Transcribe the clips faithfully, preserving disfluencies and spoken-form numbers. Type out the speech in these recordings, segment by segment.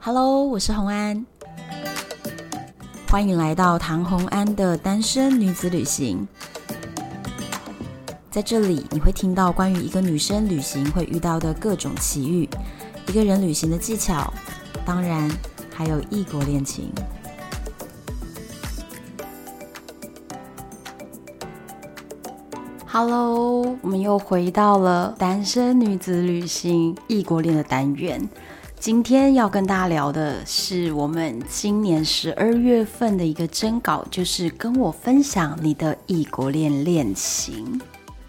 Hello， 我是洪安，欢迎来到唐洪安的单身女子旅行。在这里，你会听到关于一个女生旅行会遇到的各种奇遇，一个人旅行的技巧，当然还有异国恋情。Hello， 我们又回到了单身女子旅行异国恋的单元。今天要跟大家聊的是我们今年十二月份的一个征稿，就是跟我分享你的异国恋恋情。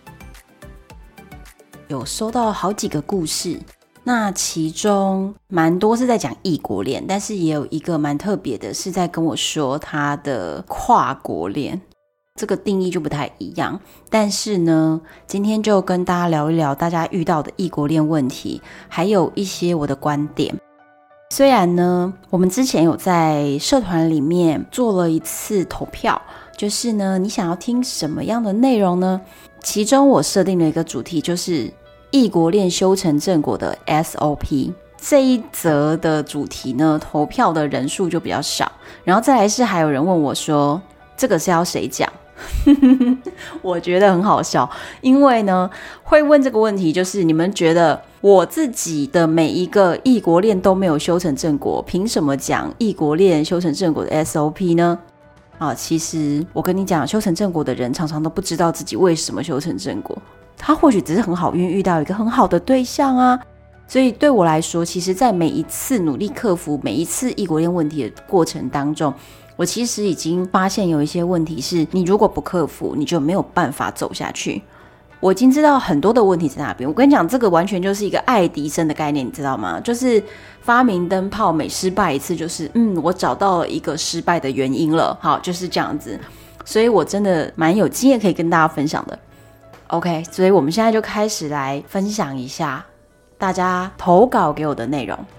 有收到好几个故事，那其中蛮多是在讲异国恋，但是也有一个蛮特别的是在跟我说他的跨国恋，这个定义就不太一样。但是呢，今天就跟大家聊一聊大家遇到的异国恋问题，还有一些我的观点。虽然呢，我们之前有在社团里面做了一次投票，就是呢，你想要听什么样的内容呢？其中我设定了一个主题，就是异国恋修成正果的 S O P。这一则的主题呢，投票的人数就比较少。然后再来是还有人问我说，这个是要谁讲？我觉得很好笑，因为呢，会问这个问题就是你们觉得我自己的每一个异国恋都没有修成正果，凭什么讲异国恋修成正果的 S O P 呢？啊，其实我跟你讲，修成正果的人常常都不知道自己为什么修成正果，他或许只是很好运遇到一个很好的对象啊。所以对我来说，其实在每一次努力克服每一次异国恋问题的过程当中，我其实已经发现有一些问题是你如果不克服，你就没有办法走下去。我已经知道很多的问题在那边。我跟你讲，这个完全就是一个爱迪生的概念，你知道吗？就是发明灯泡每失败一次，就是嗯，我找到了一个失败的原因了。好，就是这样子。所以我真的蛮有经验可以跟大家分享的。OK， 所以我们现在就开始来分享一下大家投稿给我的内容。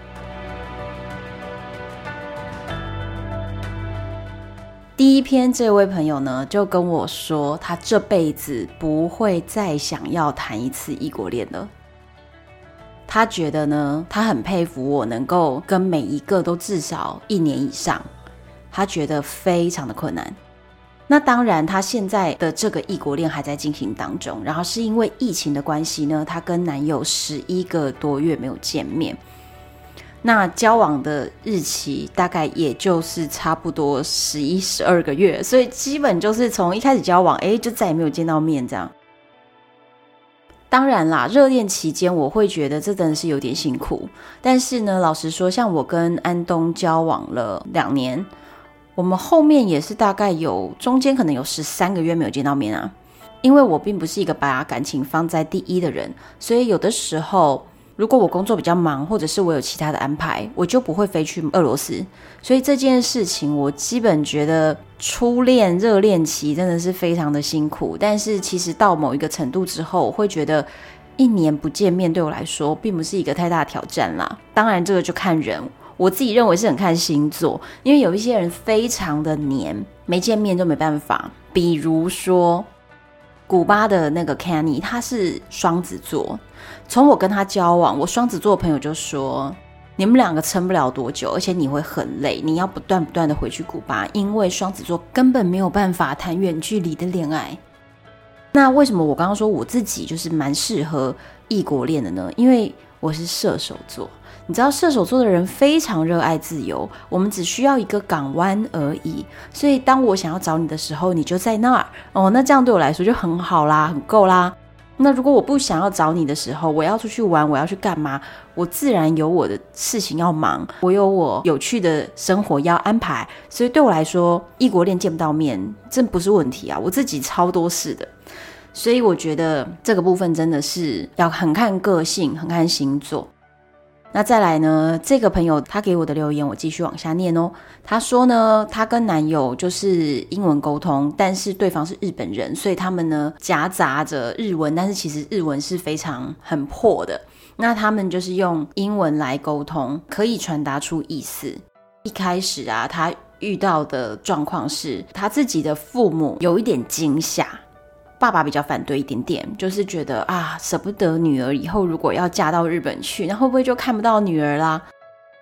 第一篇这位朋友呢，就跟我说他这辈子不会再想要谈一次异国恋了。他觉得呢，他很佩服我能够跟每一个都至少一年以上，他觉得非常的困难。那当然他现在的这个异国恋还在进行当中，然后是因为疫情的关系呢，他跟男友十一个多月没有见面，那交往的日期大概也就是差不多十一、十二个月，所以基本就是从一开始交往，哎，就再也没有见到面这样。当然啦，热恋期间我会觉得这真的是有点辛苦，但是呢，老实说，像我跟安东交往了两年，我们后面也是大概有中间可能有十三个月没有见到面啊，因为我并不是一个把感情放在第一的人，所以有的时候如果我工作比较忙，或者是我有其他的安排，我就不会飞去俄罗斯。所以这件事情我基本觉得初恋热恋期真的是非常的辛苦，但是其实到某一个程度之后，我会觉得一年不见面对我来说并不是一个太大的挑战啦。当然这个就看人，我自己认为是很看星座，因为有一些人非常的黏，没见面就没办法。比如说古巴的那个 Kenny， 他是双子座，从我跟他交往，我双子座的朋友就说你们两个撑不了多久，而且你会很累，你要不断不断的回去古巴，因为双子座根本没有办法谈远距离的恋爱。那为什么我刚刚说我自己就是蛮适合异国恋的呢？因为我是射手座，你知道射手座的人非常热爱自由，我们只需要一个港湾而已，所以当我想要找你的时候，你就在那儿哦，那这样对我来说就很好啦，很够啦。那如果我不想要找你的时候，我要出去玩，我要去干嘛，我自然有我的事情要忙，我有我有趣的生活要安排，所以对我来说异国恋见不到面这不是问题啊，我自己超多事的。所以我觉得这个部分真的是要很看个性，很看星座。那再来呢，这个朋友他给我的留言我继续往下念哦。他说呢，他跟男友就是英文沟通，但是对方是日本人，所以他们呢夹杂着日文，但是其实日文是非常很破的。那他们就是用英文来沟通，可以传达出意思。一开始啊，他遇到的状况是他自己的父母有一点惊吓，爸爸比较反对一点点，就是觉得啊，舍不得女儿以后如果要嫁到日本去，那会不会就看不到女儿啦？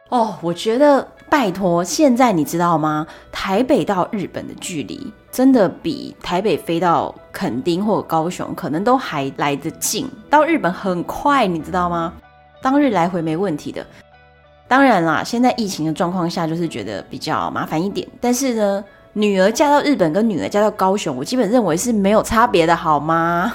哦，我觉得拜托，现在你知道吗？台北到日本的距离真的比台北飞到垦丁或者高雄可能都还来得近，到日本很快，你知道吗？当日来回没问题的。当然啦，现在疫情的状况下，就是觉得比较麻烦一点。但是呢，女儿嫁到日本跟女儿嫁到高雄，我基本认为是没有差别的，好吗？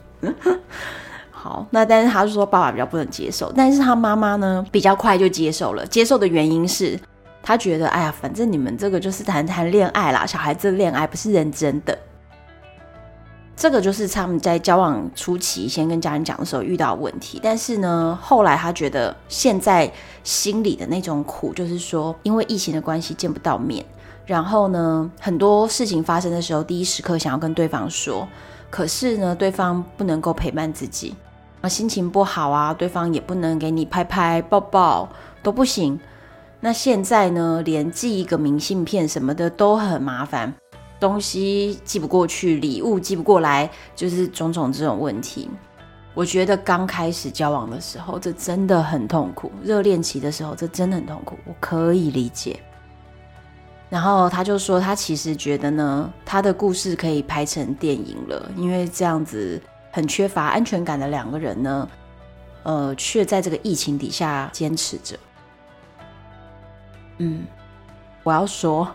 好，那但是他说爸爸比较不能接受，但是他妈妈呢比较快就接受了。接受的原因是他觉得，哎呀，反正你们这个就是谈谈恋爱啦，小孩子恋爱不是认真的。这个就是他们在交往初期先跟家人讲的时候遇到的问题。但是呢，后来他觉得现在心里的那种苦，就是说因为疫情的关系见不到面，然后呢很多事情发生的时候，第一时刻想要跟对方说，可是呢对方不能够陪伴自己，心情不好啊，对方也不能给你拍拍抱抱都不行。那现在呢，连寄一个明信片什么的都很麻烦，东西寄不过去，礼物寄不过来，就是种种这种问题。我觉得刚开始交往的时候，这真的很痛苦，热恋期的时候这真的很痛苦，我可以理解。然后他就说，他其实觉得呢，他的故事可以拍成电影了，因为这样子很缺乏安全感的两个人呢，呃，却在这个疫情底下坚持着。嗯，我要说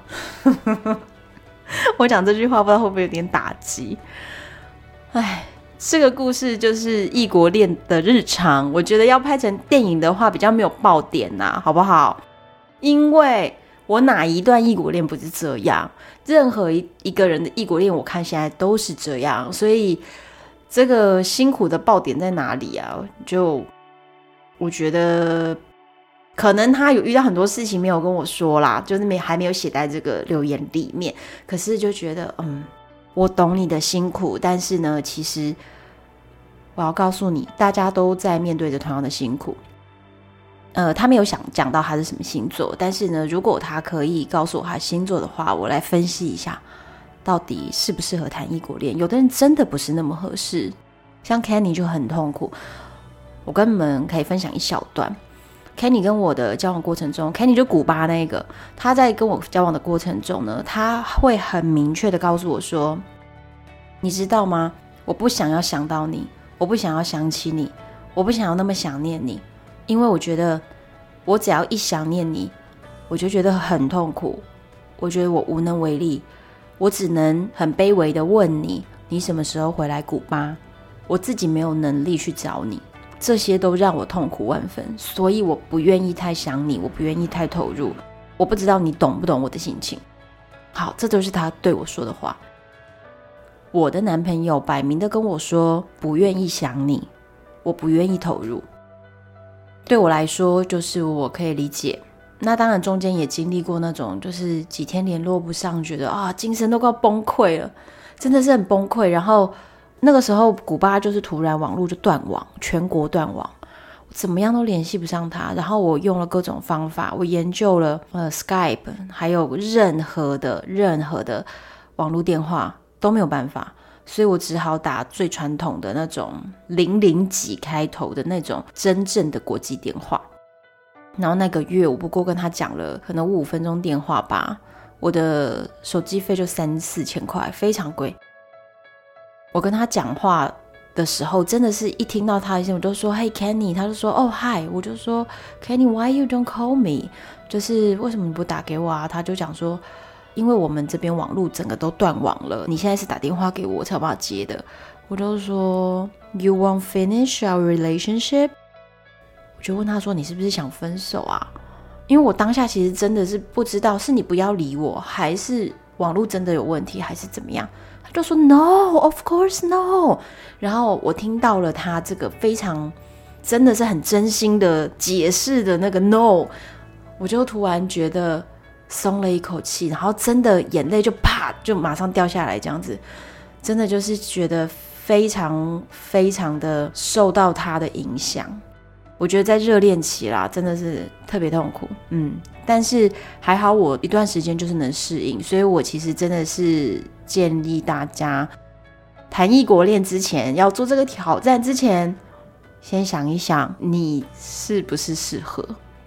我讲这句话不知道会不会有点打击。哎，这个故事就是异国恋的日常，我觉得要拍成电影的话比较没有爆点啊，好不好？因为我哪一段异国恋不是这样？任何一个人的异国恋我看现在都是这样，所以这个辛苦的爆点在哪里啊？就我觉得可能他有遇到很多事情没有跟我说啦，就是没还没有写在这个留言里面，可是就觉得嗯，我懂你的辛苦，但是呢其实我要告诉你，大家都在面对着同样的辛苦。呃，他没有想讲到他是什么星座，但是呢如果他可以告诉我他星座的话，我来分析一下到底适不适合谈异国恋。有的人真的不是那么合适，像 Kenny 就很痛苦。我跟你们可以分享一小段Kenny 跟我的交往过程中， Kenny 就古巴那个，他在跟我交往的过程中呢，他会很明确的告诉我说，你知道吗，我不想要想到你，我不想要想起你，我不想要那么想念你，因为我觉得我只要一想念你，我就觉得很痛苦，我觉得我无能为力，我只能很卑微的问你，你什么时候回来古巴，我自己没有能力去找你，这些都让我痛苦万分，所以我不愿意太想你，我不愿意太投入，我不知道你懂不懂我的心情。好，这就是他对我说的话。我的男朋友摆明的跟我说不愿意想你，我不愿意投入，对我来说就是我可以理解。那当然中间也经历过那种就是几天联络不上，觉得啊精神都快崩溃了，真的是很崩溃。然后那个时候古巴就是突然网络就断网，全国断网，怎么样都联系不上他。然后我用了各种方法，我研究了呃 Skype， 还有任何的任何的网络电话都没有办法，所以我只好打最传统的那种零零几开头的那种真正的国际电话。然后那个月我不过跟他讲了可能五五分钟电话吧，我的手机费就三四千块，非常贵。我跟他讲话的时候，真的是一听到他的声音，我就说 Hey Kenny， 他就说哦 Hi， 我就说 Kenny why you don't call me， 就是为什么你不打给我啊？他就讲说因为我们这边网路整个都断网了，你现在是打电话给我才有办法接的。我就说 You won't finish our relationship， 我就问他说你是不是想分手啊？因为我当下其实真的是不知道是你不要理我，还是网路真的有问题，还是怎么样。他就说 No of course no， 然后我听到了他这个非常真的是很真心的解释的那个 no， 我就突然觉得松了一口气，然后真的眼泪就啪就马上掉下来，这样子真的就是觉得非常非常的受到他的影响。我觉得在热恋期啦真的是特别痛苦，嗯，但是还好我一段时间就是能适应，所以我其实真的是建议大家谈异国恋之前，要做这个挑战之前，先想一想你是不是适合，不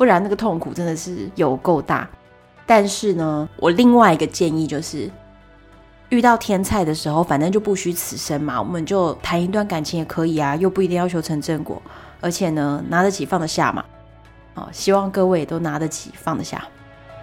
不然那个痛苦真的是有够大。但是呢，我另外一个建议就是，遇到天菜的时候，反正就不虚此生嘛，我们就谈一段感情也可以啊，又不一定要求成正果，而且呢，拿得起放得下嘛。哦，希望各位也都拿得起放得下。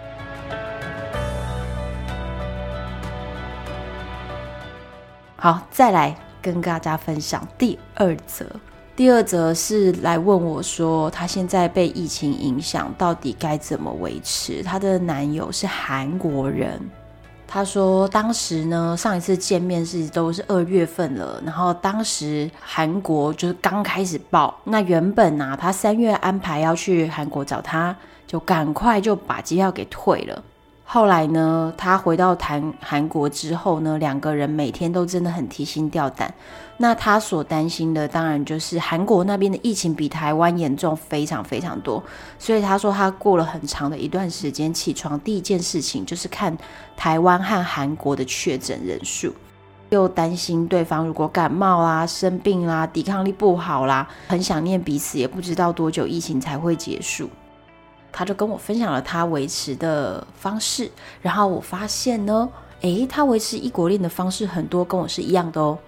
好，再来跟大家分享第二则。第二则是来问我说，她现在被疫情影响，到底该怎么维持？她的男友是韩国人，她说当时呢，上一次见面是都是二月份了，然后当时韩国就是刚开始爆，那原本啊，她三月安排要去韩国找他，就赶快就把机票给退了。后来呢，他回到韩韩国之后呢，两个人每天都真的很提心吊胆。那他所担心的当然就是韩国那边的疫情比台湾严重非常非常多，所以他说他过了很长的一段时间，起床第一件事情就是看台湾和韩国的确诊人数，又担心对方如果感冒啦、生病啦、抵抗力不好啦，很想念彼此，也不知道多久疫情才会结束。他就跟我分享了他维持的方式，然后我发现呢，诶，他维持异国恋的方式很多跟我是一样的哦。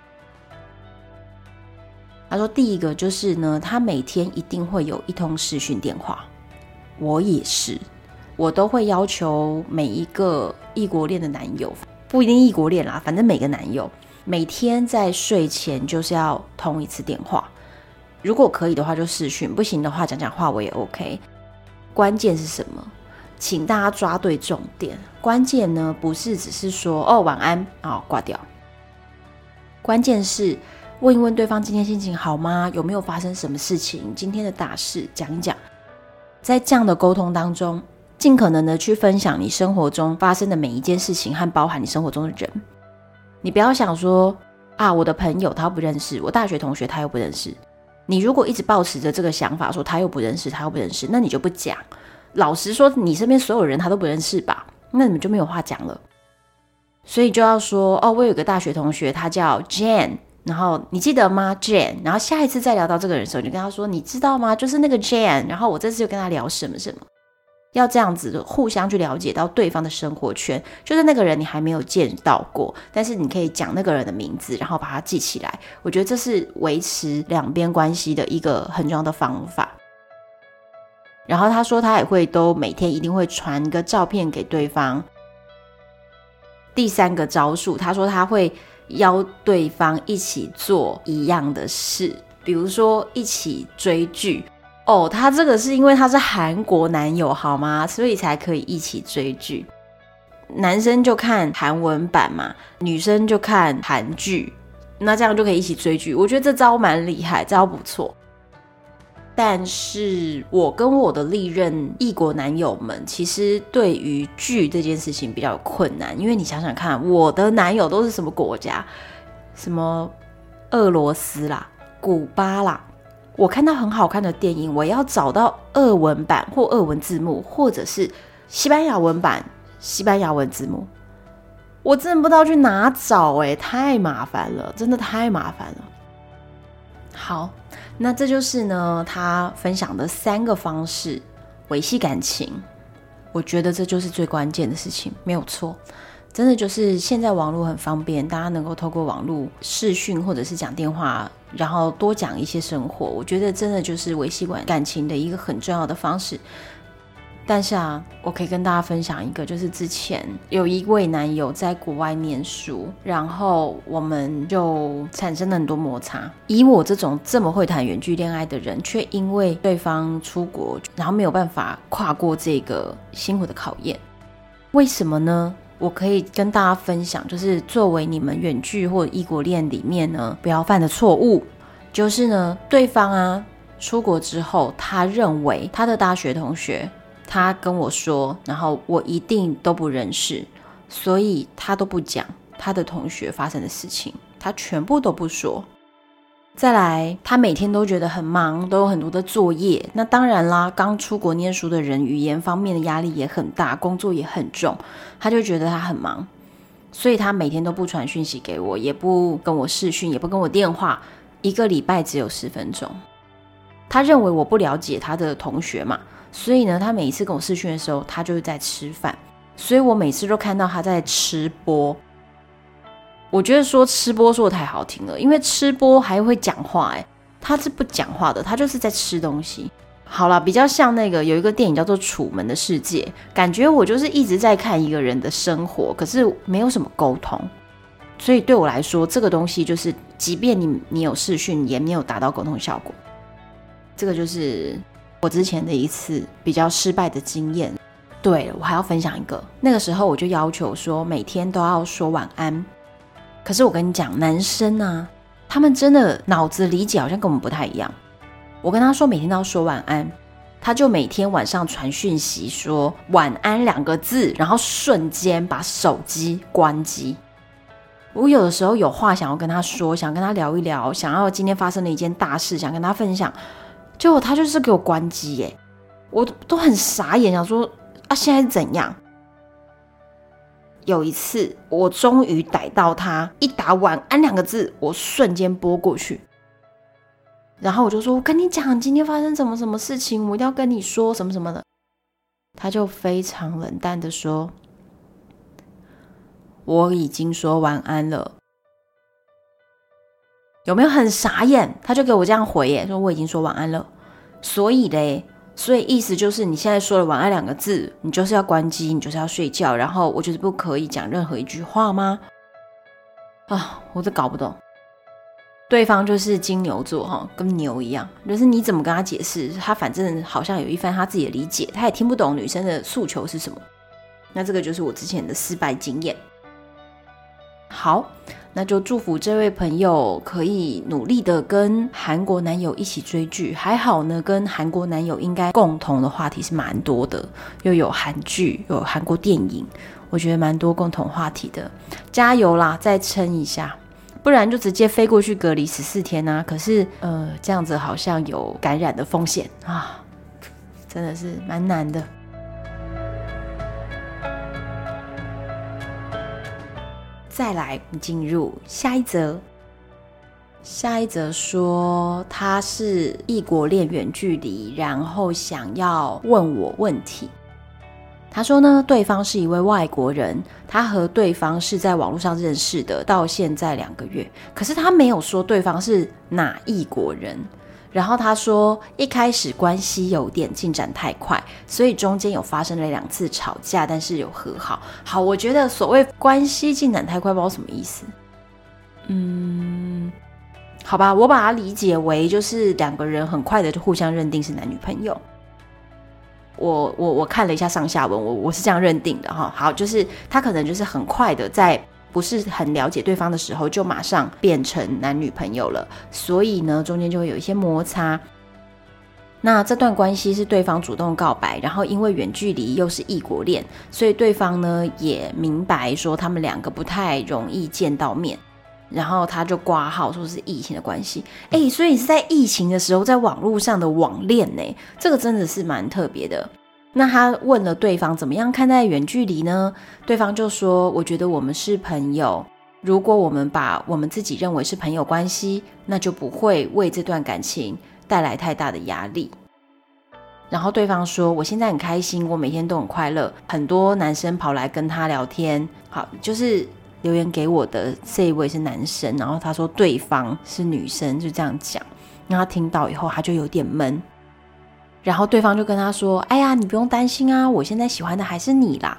他说第一个就是呢，他每天一定会有一通视讯电话，我也是，我都会要求每一个异国恋的男友，不一定异国恋啦，反正每个男友每天在睡前就是要通一次电话，如果可以的话就视讯，不行的话讲讲话我也 OK。关键是什么？请大家抓对重点。关键呢，不是只是说哦晚安啊挂掉。关键是问一问对方今天心情好吗？有没有发生什么事情？今天的大事讲一讲。在这样的沟通当中，尽可能的去分享你生活中发生的每一件事情和包含你生活中的人。你不要想说啊，我的朋友他又不认识，我大学同学他又不认识。你如果一直抱持着这个想法说他又不认识他又不认识，那你就不讲。老实说你身边所有人他都不认识吧，那你们就没有话讲了。所以就要说哦，我有个大学同学他叫 Jane， 然后你记得吗 Jane， 然后下一次再聊到这个人的时候，你就跟他说你知道吗，就是那个 Jane， 然后我这次就跟他聊什么什么。要这样子互相去了解到对方的生活圈，就是那个人你还没有见到过，但是你可以讲那个人的名字，然后把它记起来。我觉得这是维持两边关系的一个很重要的方法。然后他说他也会都每天一定会传一个照片给对方。第三个招数，他说他会邀对方一起做一样的事，比如说一起追剧。哦，他这个是因为他是韩国男友好吗？所以才可以一起追剧。男生就看韩文版嘛，女生就看韩剧，那这样就可以一起追剧。我觉得这招蛮厉害，这招不错。但是我跟我的历任异国男友们，其实对于剧这件事情比较有困难，因为你想想看，我的男友都是什么国家？什么俄罗斯啦、古巴啦。我看到很好看的电影，我要找到俄文版或俄文字幕，或者是西班牙文版西班牙文字幕，我真的不知道去哪找耶，太麻烦了，真的太麻烦了。好，那这就是呢他分享的三个方式维系感情，我觉得这就是最关键的事情，没有错。真的就是现在网络很方便，大家能够透过网络视讯或者是讲电话，然后多讲一些生活，我觉得真的就是维系感情的一个很重要的方式。但是啊，我可以跟大家分享一个，就是之前有一位男友在国外念书，然后我们就产生了很多摩擦。以我这种这么会谈远距恋爱的人，却因为对方出国，然后没有办法跨过这个辛苦的考验。为什么呢？我可以跟大家分享，就是作为你们远距或异国恋里面呢不要犯的错误，就是呢对方啊出国之后，他认为他的大学同学他跟我说，然后我一定都不认识，所以他都不讲他的同学发生的事情，他全部都不说。再来，他每天都觉得很忙，都有很多的作业。那当然啦，刚出国念书的人，语言方面的压力也很大，工作也很重，他就觉得他很忙，所以他每天都不传讯息给我，也不跟我视讯，也不跟我电话，一个礼拜只有十分钟。他认为我不了解他的同学嘛， 所以呢，他每一次跟我视讯的时候，他就是在吃饭，所以我每次都看到他在吃播。我觉得说吃播说的太好听了，因为吃播还会讲话，哎，他是不讲话的，他就是在吃东西。好啦，比较像那个有一个电影叫做《楚门的世界》，感觉我就是一直在看一个人的生活，可是没有什么沟通。所以对我来说，这个东西就是即便你你有视讯，也没有达到沟通效果。这个就是我之前的一次比较失败的经验。对，我还要分享一个，那个时候我就要求说每天都要说晚安。可是我跟你讲，男生啊，他们真的脑子理解好像跟我们不太一样。我跟他说每天都要说晚安，他就每天晚上传讯息说晚安两个字，然后瞬间把手机关机。我有的时候有话想要跟他说，想跟他聊一聊，想要今天发生的一件大事想跟他分享，结果他就是给我关机耶，我都很傻眼，想说啊现在是怎样？有一次我终于逮到他一打晚安两个字，我瞬间拨过去，然后我就说我跟你讲今天发生什么什么事情，我一定要跟你说什么什么的。他就非常冷淡的说我已经说晚安了。有没有很傻眼？他就给我这样回耶，说我已经说晚安了。所以嘞，所以意思就是你现在说了晚安两个字，你就是要关机，你就是要睡觉，然后我就是不可以讲任何一句话吗？啊，我都搞不懂。对方就是金牛座，跟牛一样，就是你怎么跟他解释，他反正好像有一番他自己的理解，他也听不懂女生的诉求是什么。那这个就是我之前的失败经验。好，那就祝福这位朋友可以努力的跟韩国男友一起追剧。还好呢，跟韩国男友应该共同的话题是蛮多的，又有韩剧，有韩国电影，我觉得蛮多共同话题的。加油啦，再撑一下，不然就直接飞过去隔离十四天啊。可是呃，这样子好像有感染的风险啊，真的是蛮难的。再来进入下一则。下一则说他是异国恋远距离，然后想要问我问题。他说呢，对方是一位外国人，他和对方是在网络上认识的，到现在两个月，可是他没有说对方是哪异国人。然后他说一开始关系有点进展太快，所以中间有发生了两次吵架，但是有和好。好，我觉得所谓关系进展太快不知道什么意思。嗯，好吧，我把它理解为就是两个人很快的就互相认定是男女朋友。我我我看了一下上下文，我我是这样认定的哈。好，就是他可能就是很快的在不是很了解对方的时候就马上变成男女朋友了，所以呢中间就会有一些摩擦。那这段关系是对方主动告白，然后因为远距离又是异国恋，所以对方呢也明白说他们两个不太容易见到面，然后他就挂号说是疫情的关系。哎，所以是在疫情的时候在网络上的网恋呢，这个真的是蛮特别的。那他问了对方怎么样看待远距离呢？对方就说我觉得我们是朋友，如果我们把我们自己认为是朋友关系，那就不会为这段感情带来太大的压力。然后对方说我现在很开心，我每天都很快乐，很多男生跑来跟他聊天。好，就是留言给我的这一位是男生，然后他说对方是女生，就这样讲。然后他听到以后他就有点闷，然后对方就跟他说哎呀你不用担心啊，我现在喜欢的还是你啦。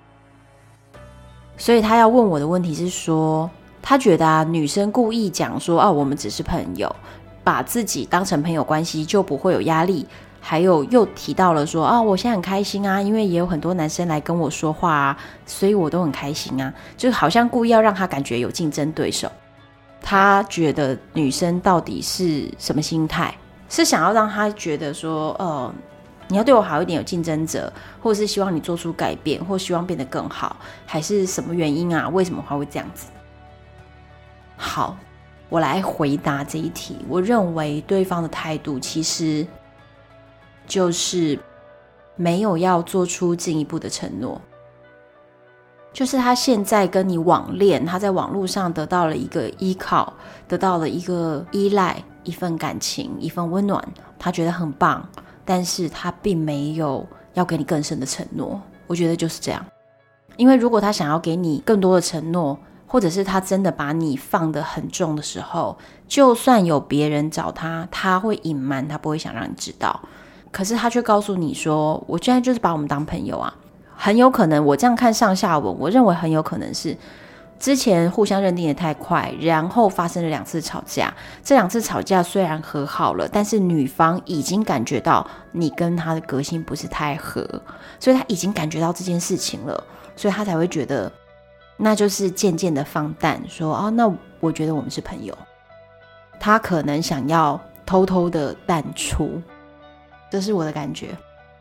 所以他要问我的问题是说，他觉得啊女生故意讲说哦我们只是朋友，把自己当成朋友关系就不会有压力，还有又提到了说哦我现在很开心啊，因为也有很多男生来跟我说话啊，所以我都很开心啊，就好像故意要让他感觉有竞争对手。他觉得女生到底是什么心态，是想要让他觉得说呃，你要对我好一点，有竞争者，或者是希望你做出改变，或希望变得更好，还是什么原因啊？为什么他会这样子？好，我来回答这一题。我认为对方的态度其实就是没有要做出进一步的承诺，就是他现在跟你网恋，他在网络上得到了一个依靠，得到了一个依赖，一份感情，一份温暖，他觉得很棒， 但是他并没有要给你更深的承诺。我觉得就是这样，因为如果他想要给你更多的承诺，或者是他真的把你放得很重的时候，就算有别人找他，他会隐瞒，他不会想让你知道。可是他却告诉你说，我现在就是把我们当朋友啊。很有可能，我这样看上下文，我认为很有可能是之前互相认定的太快，然后发生了两次吵架。这两次吵架虽然和好了，但是女方已经感觉到你跟他的个性不是太合，所以他已经感觉到这件事情了，所以他才会觉得那就是渐渐的放淡，说哦，那我觉得我们是朋友。他可能想要偷偷的淡出，这是我的感觉。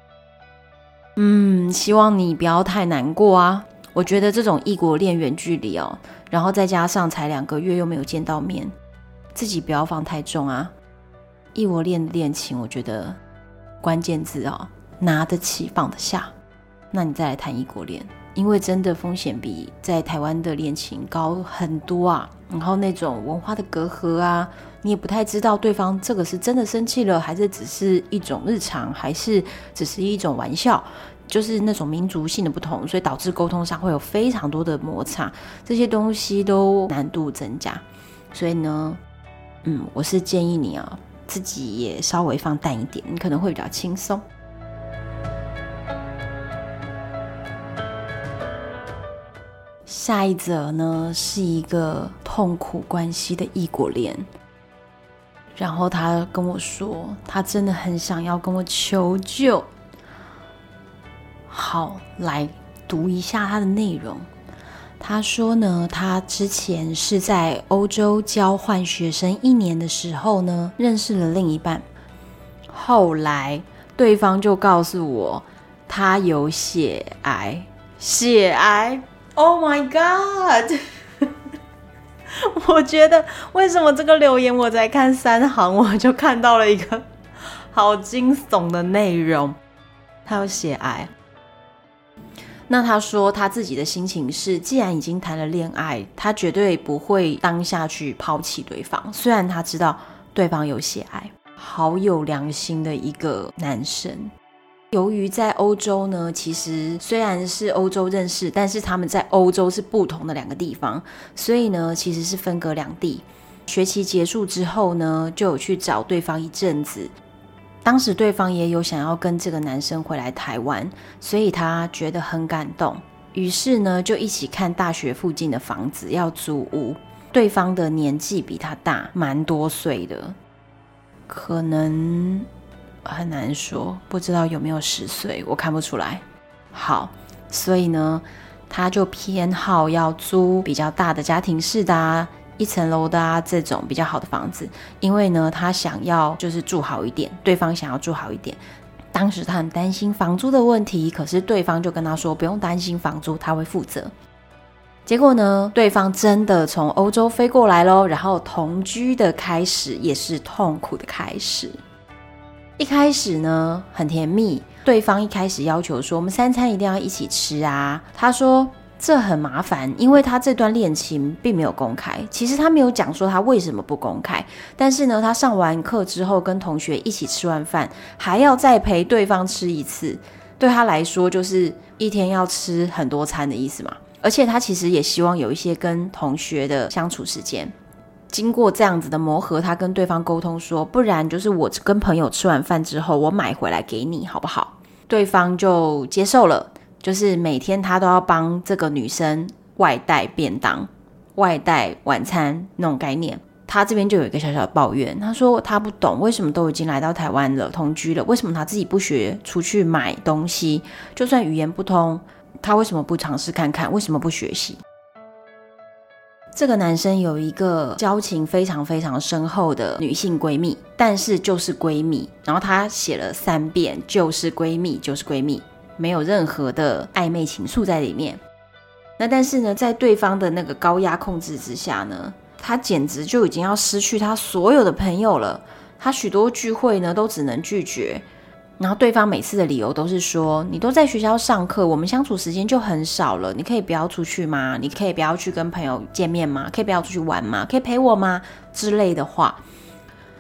嗯，希望你不要太难过啊。我觉得这种异国恋远距离哦，然后再加上才两个月又没有见到面，自己不要放太重啊。异国恋的恋情，我觉得关键字哦，拿得起放得下，那你再来谈异国恋。因为真的风险比在台湾的恋情高很多啊，然后那种文化的隔阂啊，你也不太知道对方这个是真的生气了，还是只是一种日常，还是只是一种玩笑，就是那种民族性的不同，所以导致沟通上会有非常多的摩擦，这些东西都难度增加。所以呢，嗯，我是建议你啊，自己也稍微放淡一点，你可能会比较轻松。下一则呢，是一个痛苦关系的异国恋，然后他跟我说他真的很想要跟我求救。好，来读一下他的内容。他说呢，他之前是在欧洲交换学生一年的时候呢，认识了另一半，后来对方就告诉我他有血癌。血癌，Oh my god 我觉得为什么这个留言我才看三行我就看到了一个好惊悚的内容，他有血癌。那他说他自己的心情是，既然已经谈了恋爱，他绝对不会当下去抛弃对方，虽然他知道对方有血癌。好有良心的一个男生。由于在欧洲呢，其实虽然是欧洲认识，但是他们在欧洲是不同的两个地方，所以呢其实是分隔两地。学期结束之后呢，就有去找对方一阵子，当时对方也有想要跟这个男生回来台湾，所以他觉得很感动，于是呢就一起看大学附近的房子要租屋。对方的年纪比他大蛮多岁的，可能很难说，不知道有没有十岁，我看不出来。好，所以呢他就偏好要租比较大的家庭式的啊，一层楼的啊，这种比较好的房子，因为呢他想要就是住好一点，对方想要住好一点。当时他很担心房租的问题，可是对方就跟他说不用担心房租，他会负责。结果呢对方真的从欧洲飞过来咯，然后同居的开始也是痛苦的开始。一开始呢很甜蜜，对方一开始要求说我们三餐一定要一起吃啊，他说这很麻烦，因为他这段恋情并没有公开。其实他没有讲说他为什么不公开，但是呢他上完课之后跟同学一起吃完饭还要再陪对方吃一次，对他来说就是一天要吃很多餐的意思嘛。而且他其实也希望有一些跟同学的相处时间。经过这样子的磨合，他跟对方沟通说，不然就是我跟朋友吃完饭之后我买回来给你好不好？对方就接受了，就是每天他都要帮这个女生外带便当、外带晚餐那种概念。他这边就有一个小小的抱怨，他说他不懂为什么都已经来到台湾了，同居了，为什么他自己不学出去买东西？就算语言不通，他为什么不尝试看看？为什么不学习？这个男生有一个交情非常非常深厚的女性闺蜜，但是就是闺蜜，然后他写了三遍就是闺蜜就是闺蜜，没有任何的暧昧情愫在里面。那但是呢在对方的那个高压控制之下呢，他简直就已经要失去他所有的朋友了，他许多聚会呢都只能拒绝。然后对方每次的理由都是说，你都在学校上课，我们相处时间就很少了，你可以不要出去吗？你可以不要去跟朋友见面吗？可以不要出去玩吗？可以陪我吗？之类的话。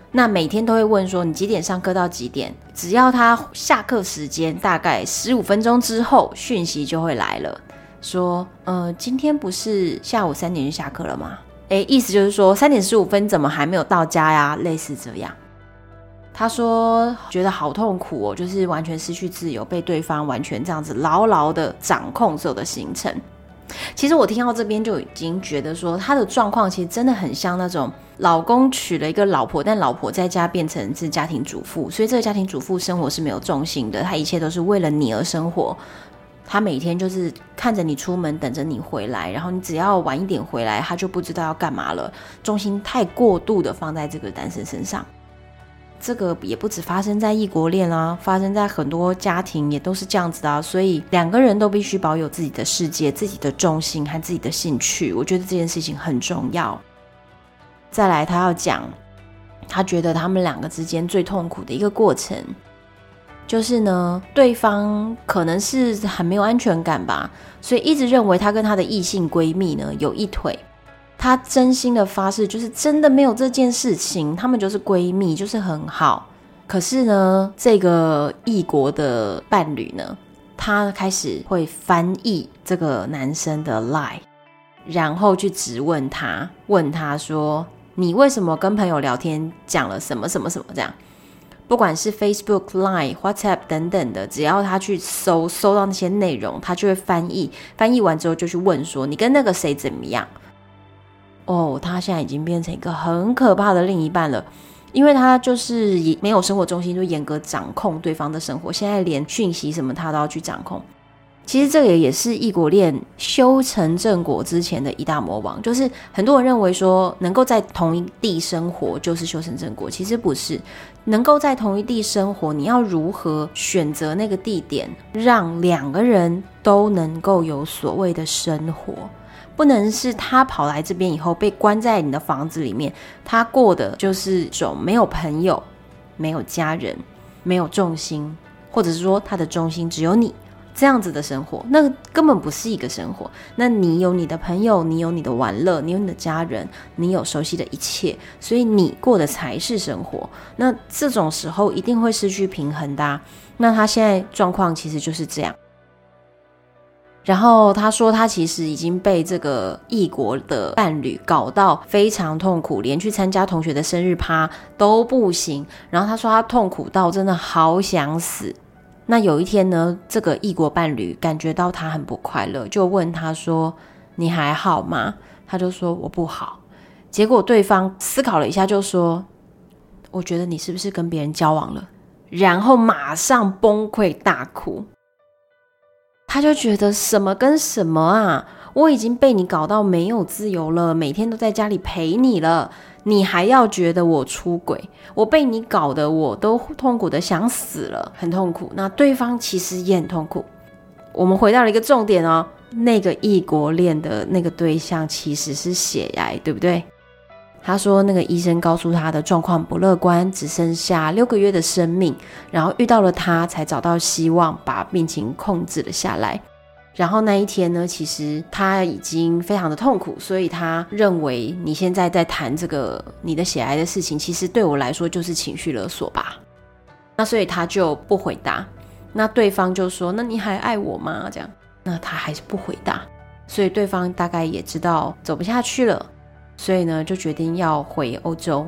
那每天都会问说你几点上课到几点，只要他下课时间大概十五分钟之后，讯息就会来了，说呃，今天不是下午三点就下课了吗？诶，意思就是说三点十五分怎么还没有到家呀？类似这样。他说觉得好痛苦哦，就是完全失去自由，被对方完全这样子牢牢的掌控所有的行程。其实我听到这边就已经觉得说他的状况其实真的很像那种老公娶了一个老婆，但老婆在家变成是家庭主妇，所以这个家庭主妇生活是没有重心的，她一切都是为了你而生活。她每天就是看着你出门，等着你回来，然后你只要晚一点回来，她就不知道要干嘛了，重心太过度的放在这个单身身上。这个也不只发生在异国恋啊，发生在很多家庭也都是这样子的啊，所以两个人都必须保有自己的世界、自己的重心和自己的兴趣，我觉得这件事情很重要。再来他要讲他觉得他们两个之间最痛苦的一个过程，就是呢对方可能是很没有安全感吧，所以一直认为他跟他的异性闺蜜呢有一腿，她真心的发誓就是真的没有这件事情，她们就是闺蜜，就是很好。可是呢这个异国的伴侣呢，他开始会翻译这个男生的 line， 然后去质问他，问他说你为什么跟朋友聊天讲了什么什么什么这样，不管是 Facebook、Line、WhatsApp 等等的，只要他去搜搜到那些内容，他就会翻译，翻译完之后就去问说你跟那个谁怎么样。哦，他现在已经变成一个很可怕的另一半了，因为他就是没有生活中心，就严格掌控对方的生活，现在连讯息什么他都要去掌控。其实这个也是异国恋修成正果之前的一大魔王，就是很多人认为说能够在同一地生活就是修成正果，其实不是。能够在同一地生活，你要如何选择那个地点，让两个人都能够有所谓的生活，不能是他跑来这边以后被关在你的房子里面，他过的就是种没有朋友、没有家人、没有重心，或者是说他的重心只有你这样子的生活，那根本不是一个生活。那你有你的朋友，你有你的玩乐，你有你的家人，你有熟悉的一切，所以你过的才是生活。那这种时候一定会失去平衡的啊。那他现在状况其实就是这样。然后他说他其实已经被这个异国的伴侣搞到非常痛苦，连去参加同学的生日趴都不行。然后他说他痛苦到真的好想死。那有一天呢，这个异国伴侣感觉到他很不快乐，就问他说你还好吗？他就说我不好。结果对方思考了一下就说我觉得你是不是跟别人交往了，然后马上崩溃大哭。他就觉得什么跟什么啊，我已经被你搞到没有自由了，每天都在家里陪你了，你还要觉得我出轨，我被你搞得我都痛苦的想死了，很痛苦。那对方其实也很痛苦。我们回到了一个重点哦，那个异国恋的那个对象其实是血癌，对不对？他说那个医生告诉他的状况不乐观，只剩下六个月的生命，然后遇到了他才找到希望，把病情控制了下来。然后那一天呢，其实他已经非常的痛苦，所以他认为你现在在谈这个你的血癌的事情，其实对我来说就是情绪勒索吧。那所以他就不回答。那对方就说那你还爱我吗？这样，那他还是不回答，所以对方大概也知道走不下去了，所以呢就决定要回欧洲。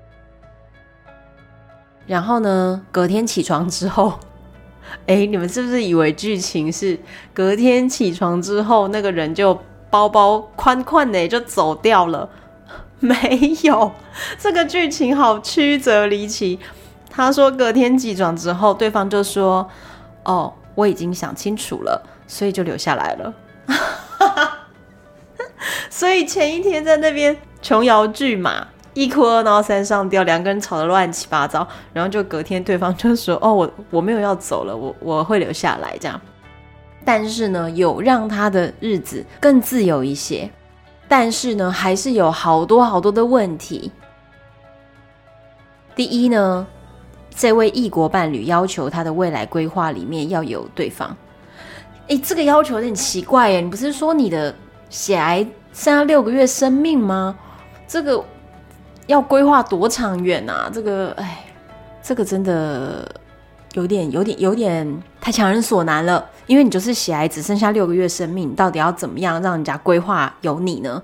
然后呢隔天起床之后，哎，你们是不是以为剧情是隔天起床之后那个人就包包宽宽的就走掉了？没有，这个剧情好曲折离奇。他说隔天起床之后，对方就说哦我已经想清楚了，所以就留下来了。所以前一天在那边琼瑶剧嘛，一哭二闹三上吊，两个人吵得乱七八糟，然后就隔天对方就说哦我我没有要走了，我我会留下来这样。但是呢有让他的日子更自由一些，但是呢还是有好多好多的问题。第一呢，这位异国伴侣要求他的未来规划里面要有对方。诶，这个要求有点奇怪耶，你不是说你的血癌剩下六个月生命吗？这个要规划多长远啊？这个，哎，这个真的有点、有点、有点太强人所难了。因为你就是血癌，只剩下六个月生命，你到底要怎么样让人家规划有你呢？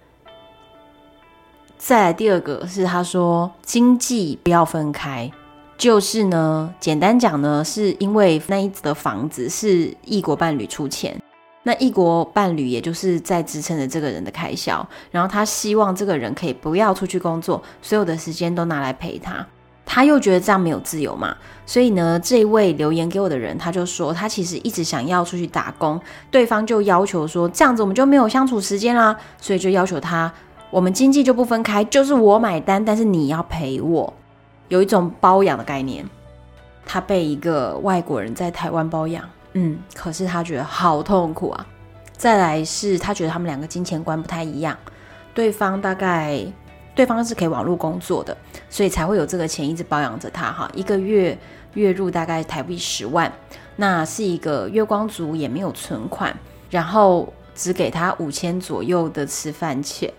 再来第二个是他说经济不要分开，就是呢，简单讲呢，是因为那一的房子是异国伴侣出钱。那异国伴侣也就是在支撑着这个人的开销，然后他希望这个人可以不要出去工作，所有的时间都拿来陪他，他又觉得这样没有自由嘛，所以呢，这位留言给我的人他就说他其实一直想要出去打工，对方就要求说这样子我们就没有相处时间啦，所以就要求他我们经济就不分开，就是我买单，但是你要陪我，有一种包养的概念。他被一个外国人在台湾包养，嗯，可是他觉得好痛苦啊。再来是他觉得他们两个金钱观不太一样，对方大概对方是可以网络工作的，所以才会有这个钱一直包养着他哈，一个月月入大概台币十万，那是一个月光族，也没有存款，然后只给他五千左右的吃饭钱。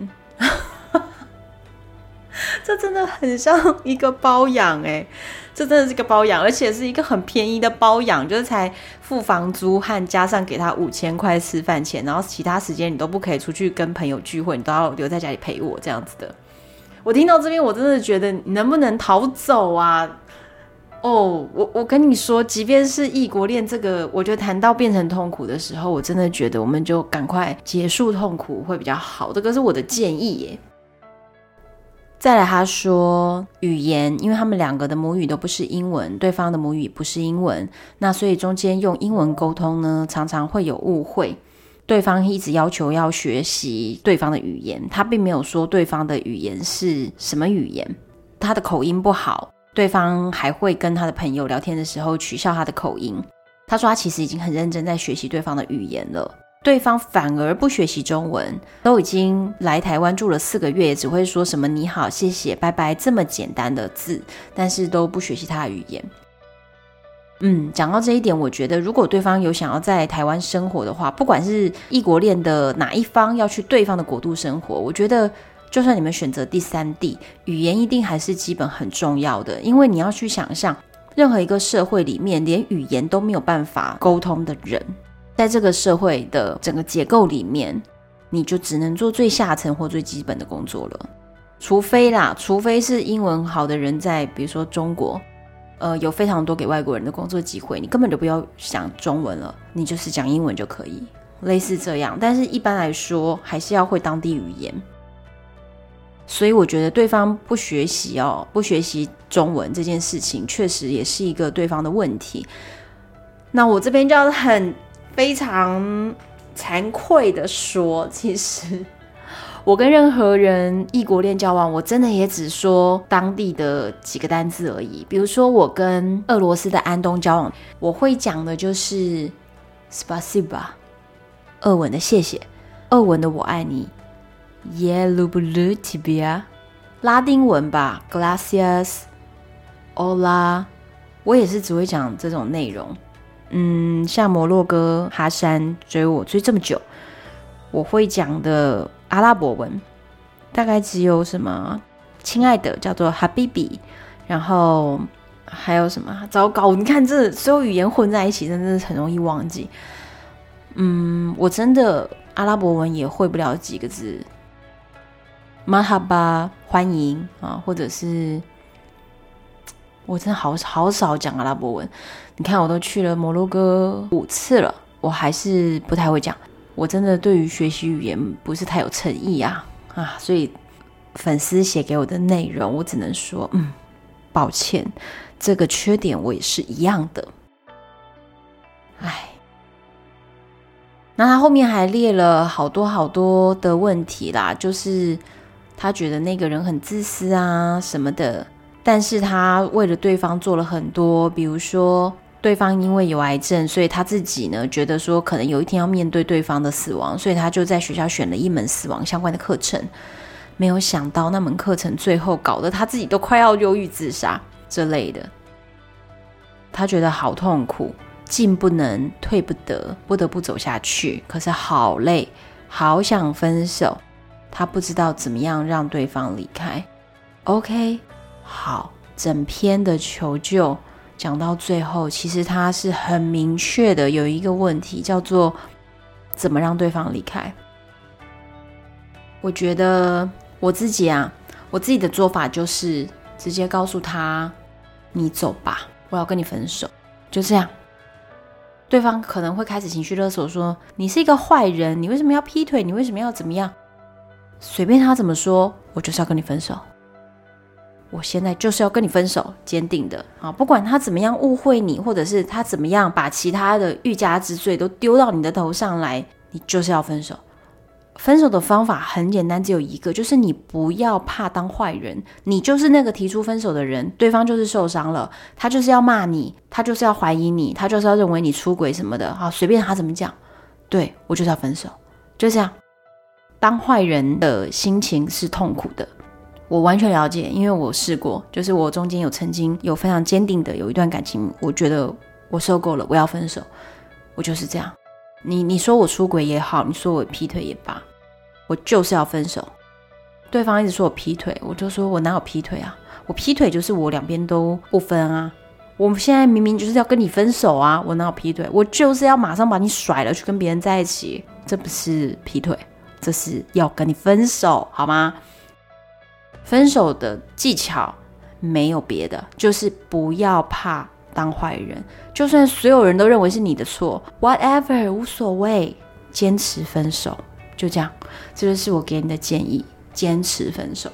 这真的很像一个包养欸，这真的是一个包养，而且是一个很便宜的包养，就是才付房租和加上给他五千块吃饭钱，然后其他时间你都不可以出去跟朋友聚会，你都要留在家里陪我这样子的。我听到这边我真的觉得你能不能逃走啊？哦，我我跟你说，即便是异国恋这个，我觉得谈到变成痛苦的时候，我真的觉得我们就赶快结束痛苦会比较好，这个是我的建议耶。再来他说语言，因为他们两个的母语都不是英文，对方的母语不是英文，那所以中间用英文沟通呢，常常会有误会，对方一直要求要学习对方的语言，他并没有说对方的语言是什么语言，他的口音不好，对方还会跟他的朋友聊天的时候取笑他的口音。他说他其实已经很认真在学习对方的语言了，对方反而不学习中文，都已经来台湾住了四个月，也只会说什么你好谢谢拜拜这么简单的字，但是都不学习他的语言。嗯，讲到这一点，我觉得如果对方有想要在台湾生活的话，不管是异国恋的哪一方要去对方的国度生活，我觉得就算你们选择第三地，语言一定还是基本很重要的，因为你要去想象任何一个社会里面连语言都没有办法沟通的人，在这个社会的整个结构里面，你就只能做最下层或最基本的工作了。除非啦，除非是英文好的人在比如说中国呃，有非常多给外国人的工作机会，你根本就不要讲中文了，你就是讲英文就可以，类似这样。但是一般来说还是要会当地语言，所以我觉得对方不学习哦，不学习中文这件事情确实也是一个对方的问题。那我这边就要很非常惭愧的说，其实我跟任何人异国恋交往，我真的也只说当地的几个单字而已。比如说我跟俄罗斯的安东交往，我会讲的就是 spasiba， 俄文的谢谢，俄文的我爱你 Я люблю тебя， 拉丁文吧 Gracias Hola， 我也是只会讲这种内容。嗯，像摩洛哥哈山追我追这么久，我会讲的阿拉伯文大概只有什么亲爱的叫做 Habibi， 然后还有什么糟糕，你看这所有语言混在一起真的是很容易忘记。嗯，我真的阿拉伯文也会不了几个字， Marhaba 欢迎啊，或者是我真的好好少讲阿拉伯文。你看我都去了摩洛哥五次了，我还是不太会讲。我真的对于学习语言不是太有诚意啊啊！所以粉丝写给我的内容，我只能说，嗯，抱歉，这个缺点我也是一样的。唉，那他后面还列了好多好多的问题啦，就是他觉得那个人很自私啊什么的，但是他为了对方做了很多，比如说对方因为有癌症，所以他自己呢觉得说可能有一天要面对对方的死亡，所以他就在学校选了一门死亡相关的课程。没有想到那门课程最后搞得他自己都快要忧郁自杀之类的，他觉得好痛苦，进不能退不得，不得不走下去，可是好累，好想分手，他不知道怎么样让对方离开。 OK， 好，整篇的求救讲到最后，其实他是很明确的有一个问题，叫做怎么让对方离开。我觉得我自己啊，我自己的做法就是直接告诉他，你走吧，我要跟你分手，就这样。对方可能会开始情绪勒索说，你是一个坏人，你为什么要劈腿，你为什么要怎么样，随便他怎么说，我就是要跟你分手，我现在就是要跟你分手，坚定的。好，不管他怎么样误会你，或者是他怎么样把其他的欲加之罪都丢到你的头上来，你就是要分手。分手的方法很简单，只有一个，就是你不要怕当坏人，你就是那个提出分手的人，对方就是受伤了，他就是要骂你，他就是要怀疑你，他就是要认为你出轨什么的，好，随便他怎么讲，对，我就是要分手，就这样。当坏人的心情是痛苦的，我完全了解，因为我试过，就是我中间有曾经有非常坚定的有一段感情，我觉得我受够了，我要分手，我就是这样。你你说我出轨也好，你说我劈腿也罢，我就是要分手。对方一直说我劈腿，我就说我哪有劈腿啊，我劈腿就是我两边都不分啊，我现在明明就是要跟你分手啊，我哪有劈腿，我就是要马上把你甩了去跟别人在一起，这不是劈腿，这是要跟你分手，好吗？分手的技巧没有别的，就是不要怕当坏人，就算所有人都认为是你的错 whatever 无所谓，坚持分手，就这样。这就是我给你的建议，坚持分手。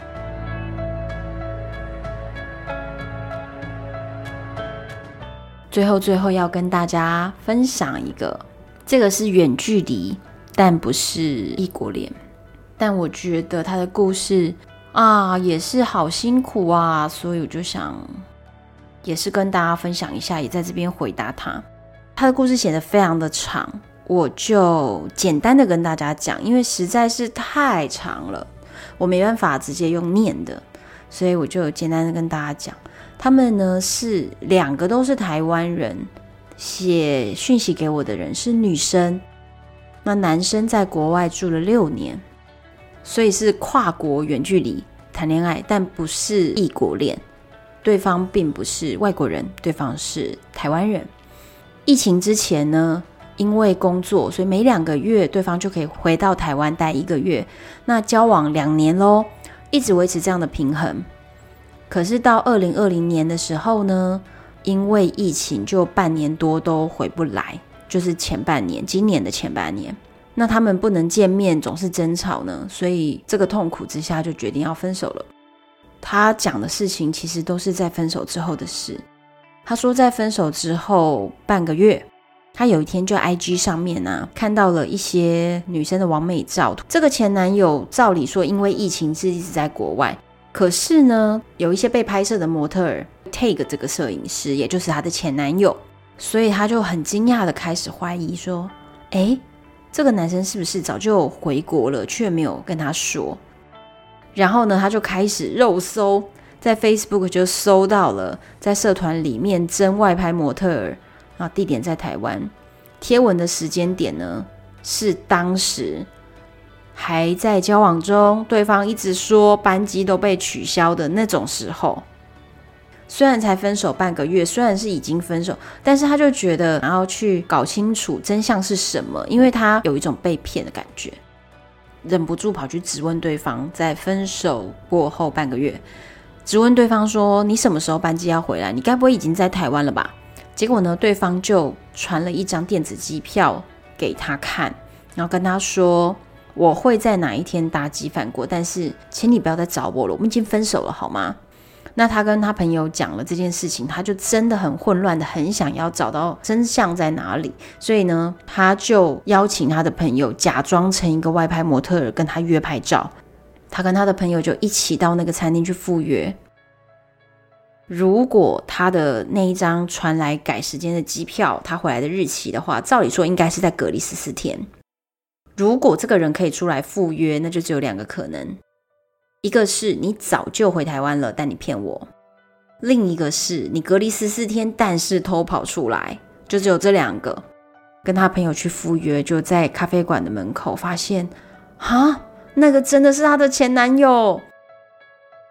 最后最后要跟大家分享一个，这个是远距离但不是异国恋，但我觉得他的故事啊也是好辛苦啊，所以我就想也是跟大家分享一下，也在这边回答他。他的故事写得非常的长，我就简单的跟大家讲，因为实在是太长了，我没办法直接用念的，所以我就简单的跟大家讲。他们呢是两个都是台湾人，写讯息给我的人是女生，那男生在国外住了六年，所以是跨国远距离谈恋爱，但不是异国恋。对方并不是外国人，对方是台湾人。疫情之前呢，因为工作，所以每两个月对方就可以回到台湾待一个月。那交往两年咯，一直维持这样的平衡。可是到二零二零年的时候呢，因为疫情就半年多都回不来，就是前半年，今年的前半年。那他们不能见面，总是争吵呢，所以这个痛苦之下就决定要分手了。他讲的事情其实都是在分手之后的事。他说在分手之后半个月，他有一天就 I G 上面啊看到了一些女生的网美照。这个前男友照理说因为疫情是一直在国外，可是呢有一些被拍摄的模特儿 tag 这个摄影师，也就是他的前男友，所以他就很惊讶的开始怀疑说，诶，这个男生是不是早就回国了却没有跟他说。然后呢他就开始肉搜，在 Facebook 就搜到了在社团里面真外拍模特儿，然后地点在台湾，贴文的时间点呢是当时还在交往中，对方一直说班机都被取消的那种时候。虽然才分手半个月，虽然是已经分手，但是他就觉得然后去搞清楚真相是什么，因为他有一种被骗的感觉，忍不住跑去质问对方。在分手过后半个月，质问对方说，你什么时候班机要回来，你该不会已经在台湾了吧。结果呢对方就传了一张电子机票给他看，然后跟他说，我会在哪一天搭机返国，但是请你不要再找我了，我们已经分手了好吗。那他跟他朋友讲了这件事情，他就真的很混乱的很想要找到真相在哪里，所以呢他就邀请他的朋友假装成一个外拍模特儿跟他约拍照。他跟他的朋友就一起到那个餐厅去赴约。如果他的那一张传来改时间的机票，他回来的日期的话，照理说应该是在隔离十四天。如果这个人可以出来赴约，那就只有两个可能，一个是你早就回台湾了但你骗我，另一个是你隔离十四天但是偷跑出来，就只有这两个。跟他朋友去赴约，就在咖啡馆的门口发现，哈，那个真的是他的前男友。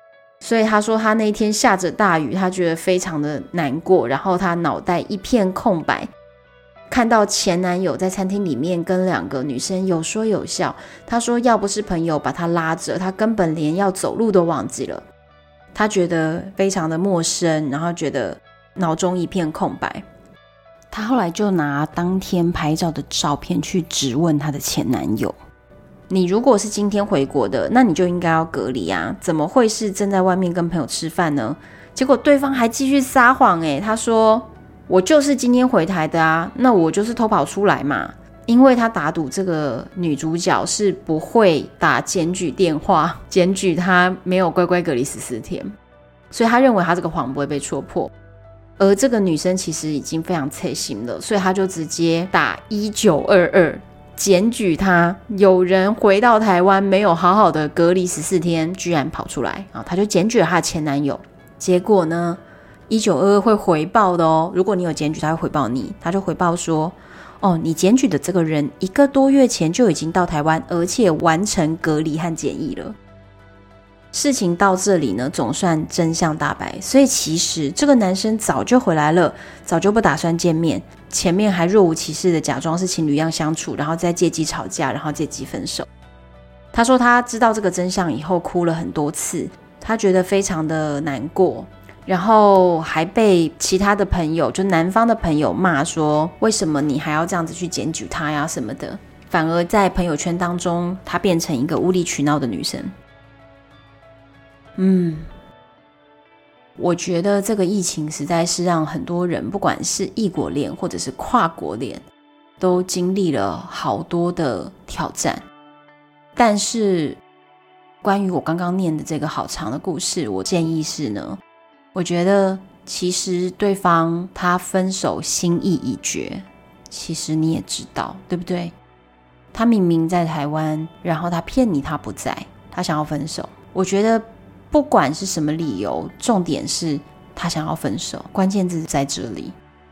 所以他说他那一天下着大雨，他觉得非常的难过，然后他脑袋一片空白，看到前男友在餐厅里面跟两个女生有说有笑。他说要不是朋友把他拉着，他根本连要走路都忘记了。他觉得非常的陌生，然后觉得脑中一片空白。他后来就拿当天拍照的照片去质问他的前男友，你如果是今天回国的，那你就应该要隔离啊，怎么会是正在外面跟朋友吃饭呢？结果对方还继续撒谎，欸，他说我就是今天回台的啊，那我就是偷跑出来嘛。因为他打赌这个女主角是不会打检举电话检举他没有乖乖隔离十四天，所以他认为他这个谎不会被戳破。而这个女生其实已经非常刺心了，所以他就直接打一九二二检举他有人回到台湾没有好好的隔离十四天，居然跑出来，然后他就检举了他的前男友。结果呢一九二二会回报的哦，如果你有检举他会回报你，他就回报说哦，你检举的这个人一个多月前就已经到台湾，而且完成隔离和检疫了。事情到这里呢，总算真相大白。所以其实这个男生早就回来了，早就不打算见面，前面还若无其事的假装是情侣一样相处，然后再借机吵架，然后借机分手。他说他知道这个真相以后哭了很多次，他觉得非常的难过，然后还被其他的朋友，就男方的朋友骂说为什么你还要这样子去检举他呀什么的，反而在朋友圈当中他变成一个无理取闹的女生。嗯，我觉得这个疫情实在是让很多人，不管是异国恋或者是跨国恋，都经历了好多的挑战。但是关于我刚刚念的这个好长的故事，我建议是呢，我觉得其实对方他分手心意已决，其实你也知道，对不对？他明明在台湾，然后他骗你他不在，他想要分手。我觉得不管是什么理由，重点是他想要分手，关键字在这里。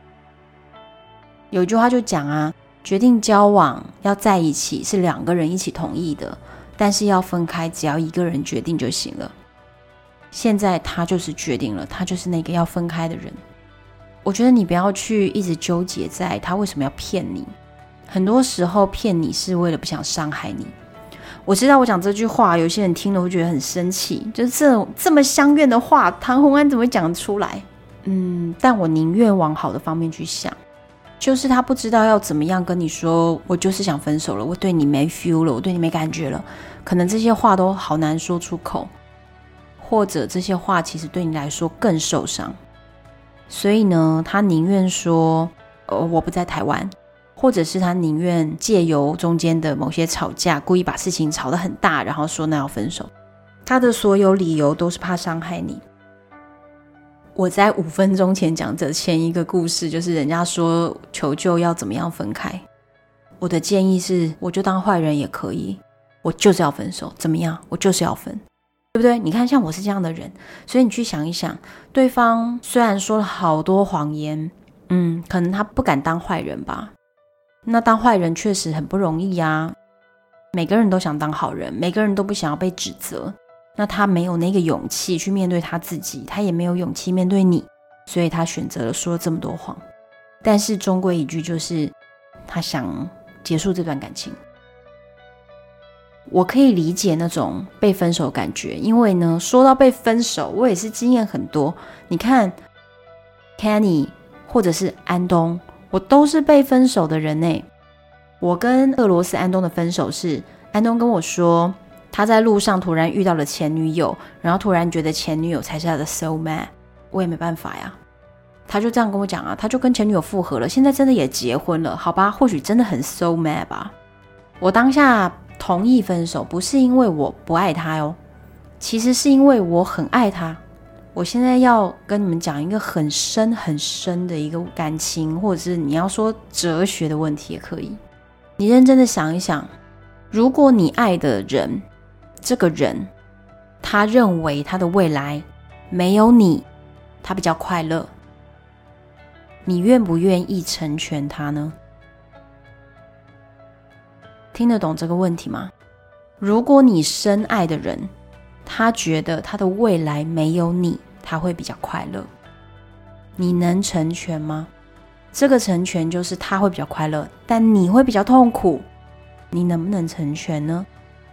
有一句话就讲啊，决定交往要在一起是两个人一起同意的，但是要分开只要一个人决定就行了。现在他就是决定了，他就是那个要分开的人。我觉得你不要去一直纠结在他为什么要骗你，很多时候骗你是为了不想伤害你。我知道我讲这句话有些人听了会觉得很生气，就是这种这么相怨的话唐宏安怎么会讲出来。嗯，但我宁愿往好的方面去想，就是他不知道要怎么样跟你说我就是想分手了，我对你没 feel 了，我对你没感觉了，可能这些话都好难说出口，或者这些话其实对你来说更受伤。所以呢，他宁愿说、呃、我不在台湾，或者是他宁愿借由中间的某些吵架，故意把事情吵得很大，然后说那要分手。他的所有理由都是怕伤害你。我在五分钟前讲的前一个故事，就是人家说求救要怎么样分开，我的建议是我就当坏人也可以，我就是要分手，怎么样我就是要分，对不对？你看像我是这样的人，所以你去想一想，对方虽然说了好多谎言，嗯，可能他不敢当坏人吧，那当坏人确实很不容易啊，每个人都想当好人，每个人都不想要被指责，那他没有那个勇气去面对他自己，他也没有勇气面对你，所以他选择了说这么多谎。但是终归一句，就是他想结束这段感情。我可以理解那种被分手的感觉，因为呢，说到被分手，我也是经验很多。你看 Kenny 或者是安东，我都是被分手的人耶。我跟俄罗斯安东的分手是，安东跟我说他在路上突然遇到了前女友，然后突然觉得前女友才是他的 soul mate， 我也没办法呀，他就这样跟我讲啊，他就跟前女友复合了，现在真的也结婚了，好吧，或许真的很 soul mate 吧。我当下同意分手，不是因为我不爱他哦，其实是因为我很爱他。我现在要跟你们讲一个很深很深的一个感情，或者是你要说哲学的问题也可以。你认真的想一想，如果你爱的人，这个人他认为他的未来没有你他比较快乐，你愿不愿意成全他呢？听得懂这个问题吗？如果你深爱的人他觉得他的未来没有你，他会比较快乐。你能成全吗？这个成全就是他会比较快乐，但你会比较痛苦，你能不能成全呢？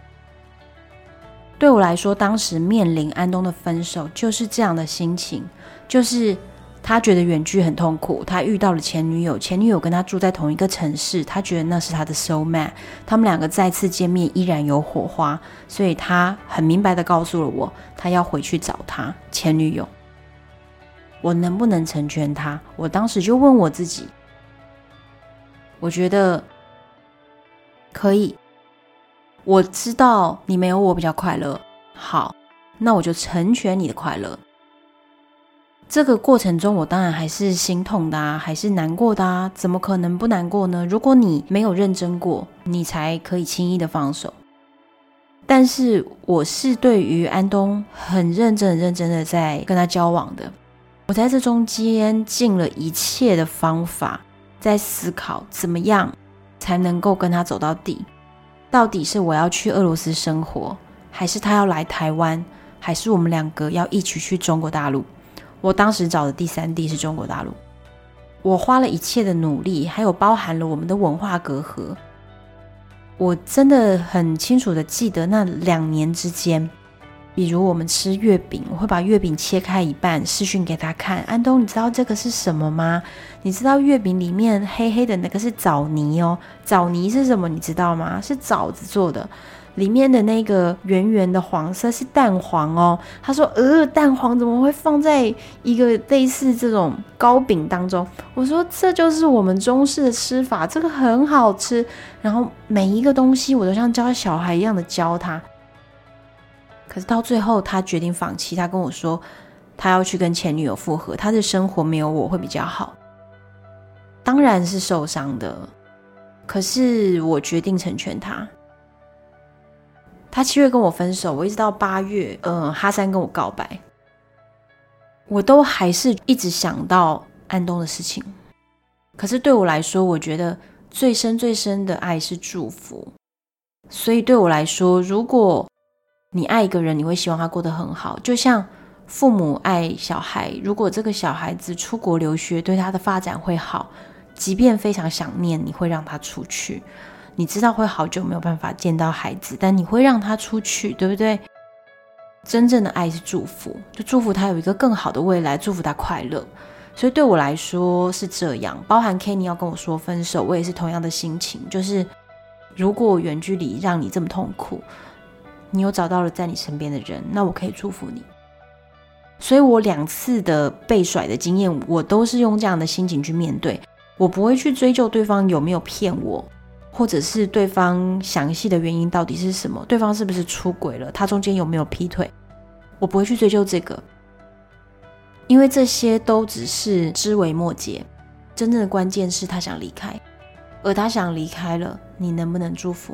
对我来说，当时面临安东的分手就是这样的心情，就是他觉得远距很痛苦，他遇到了前女友，前女友跟他住在同一个城市，他觉得那是他的 soul mate， 他们两个再次见面依然有火花，所以他很明白地告诉了我，他要回去找他前女友。我能不能成全他？我当时就问我自己，我觉得可以。我知道你没有我比较快乐，好，那我就成全你的快乐。这个过程中我当然还是心痛的啊，还是难过的啊，怎么可能不难过呢？如果你没有认真过，你才可以轻易的放手。但是我是对于安东很认真很认真的在跟他交往的，我在这中间尽了一切的方法，在思考怎么样才能够跟他走到底。到底是我要去俄罗斯生活，还是他要来台湾，还是我们两个要一起去中国大陆？我当时找的第三地是中国大陆。我花了一切的努力，还有包含了我们的文化隔阂。我真的很清楚的记得那两年之间，比如我们吃月饼，我会把月饼切开一半视讯给他看，安东你知道这个是什么吗？你知道月饼里面黑黑的那个是枣泥哦，枣泥是什么你知道吗？是枣子做的，里面的那个圆圆的黄色是蛋黄哦。他说呃，蛋黄怎么会放在一个类似这种糕饼当中？我说这就是我们中式的吃法，这个很好吃。然后每一个东西我都像教小孩一样的教他。可是到最后他决定放弃，他跟我说他要去跟前女友复合，他的生活没有我会比较好。当然是受伤的，可是我决定成全他。他七月跟我分手，我一直到八月呃，哈山跟我告白，我都还是一直想到安东的事情。可是对我来说，我觉得最深最深的爱是祝福。所以对我来说，如果你爱一个人，你会希望他过得很好，就像父母爱小孩，如果这个小孩子出国留学对他的发展会好，即便非常想念，你会让他出去。你知道会好久没有办法见到孩子，但你会让他出去，对不对？真正的爱是祝福，就祝福他有一个更好的未来，祝福他快乐。所以对我来说是这样，包含 Kenny 要跟我说分手，我也是同样的心情，就是如果远距离让你这么痛苦，你有找到了在你身边的人，那我可以祝福你。所以我两次的被甩的经验，我都是用这样的心情去面对，我不会去追究对方有没有骗我，或者是对方详细的原因到底是什么，对方是不是出轨了，他中间有没有劈腿，我不会去追究这个，因为这些都只是枝微末节，真正的关键是他想离开，而他想离开了，你能不能祝福？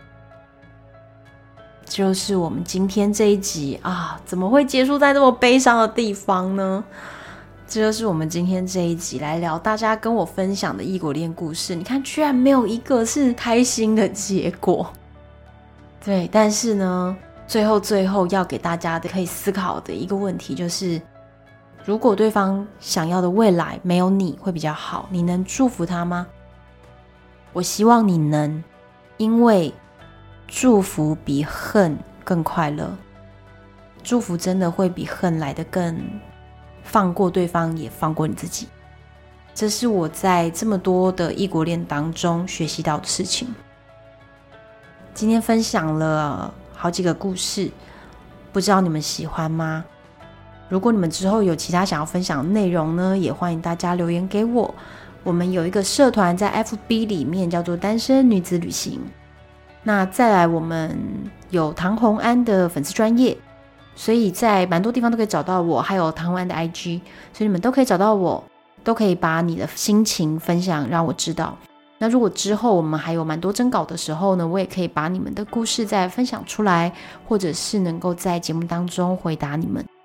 就是我们今天这一集啊，怎么会结束在这么悲伤的地方呢？这就是我们今天这一集来聊大家跟我分享的异国恋故事。你看，居然没有一个是开心的结果。对，但是呢，最后最后要给大家的可以思考的一个问题就是，如果对方想要的未来没有你会比较好，你能祝福他吗？我希望你能，因为祝福比恨更快乐，祝福真的会比恨来得更放过对方，也放过你自己。这是我在这么多的异国恋当中学习到的事情。今天分享了好几个故事，不知道你们喜欢吗？如果你们之后有其他想要分享的内容呢，也欢迎大家留言给我。我们有一个社团在 F B 里面叫做单身女子旅行。那再来，我们有唐红安的粉丝专页，所以在蛮多地方都可以找到我，还有唐红安的 I G， 所以你们都可以找到我，都可以把你的心情分享让我知道。那如果之后我们还有蛮多征稿的时候呢，我也可以把你们的故事再分享出来，或者是能够在节目当中回答你们。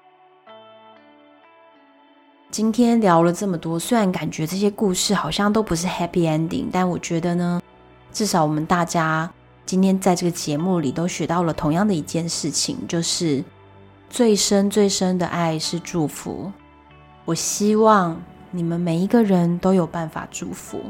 今天聊了这么多，虽然感觉这些故事好像都不是 happy ending， 但我觉得呢，至少我们大家今天在这个节目里都学到了同样的一件事情，就是最深最深的爱是祝福。我希望你们每一个人都有办法祝福。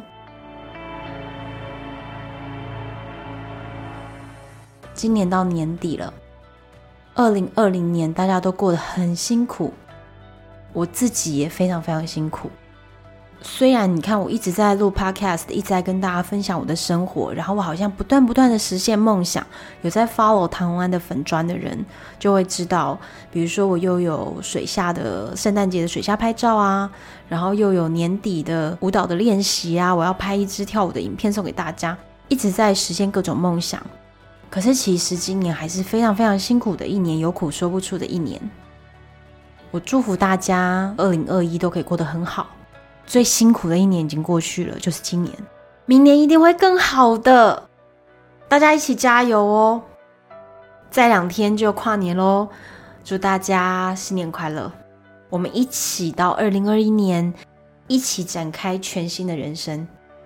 今年到年底了，二零二零年大家都过得很辛苦，我自己也非常非常辛苦。虽然你看我一直在录 podcast， 一直在跟大家分享我的生活，然后我好像不断不断的实现梦想，有在 follow 唐红安的粉专的人就会知道，比如说我又有水下的圣诞节的水下拍照啊，然后又有年底的舞蹈的练习啊，我要拍一支跳舞的影片送给大家，一直在实现各种梦想。可是其实今年还是非常非常辛苦的一年，有苦说不出的一年。我祝福大家二零二一都可以过得很好，最辛苦的一年已经过去了，就是今年，明年一定会更好的，大家一起加油哦！再两天就跨年咯，祝大家新年快乐！我们一起到二零二一年，一起展开全新的人生。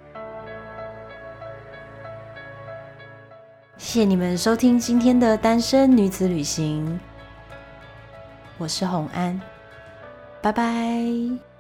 谢谢你们收听今天的单身女子旅行，我是红安，拜拜。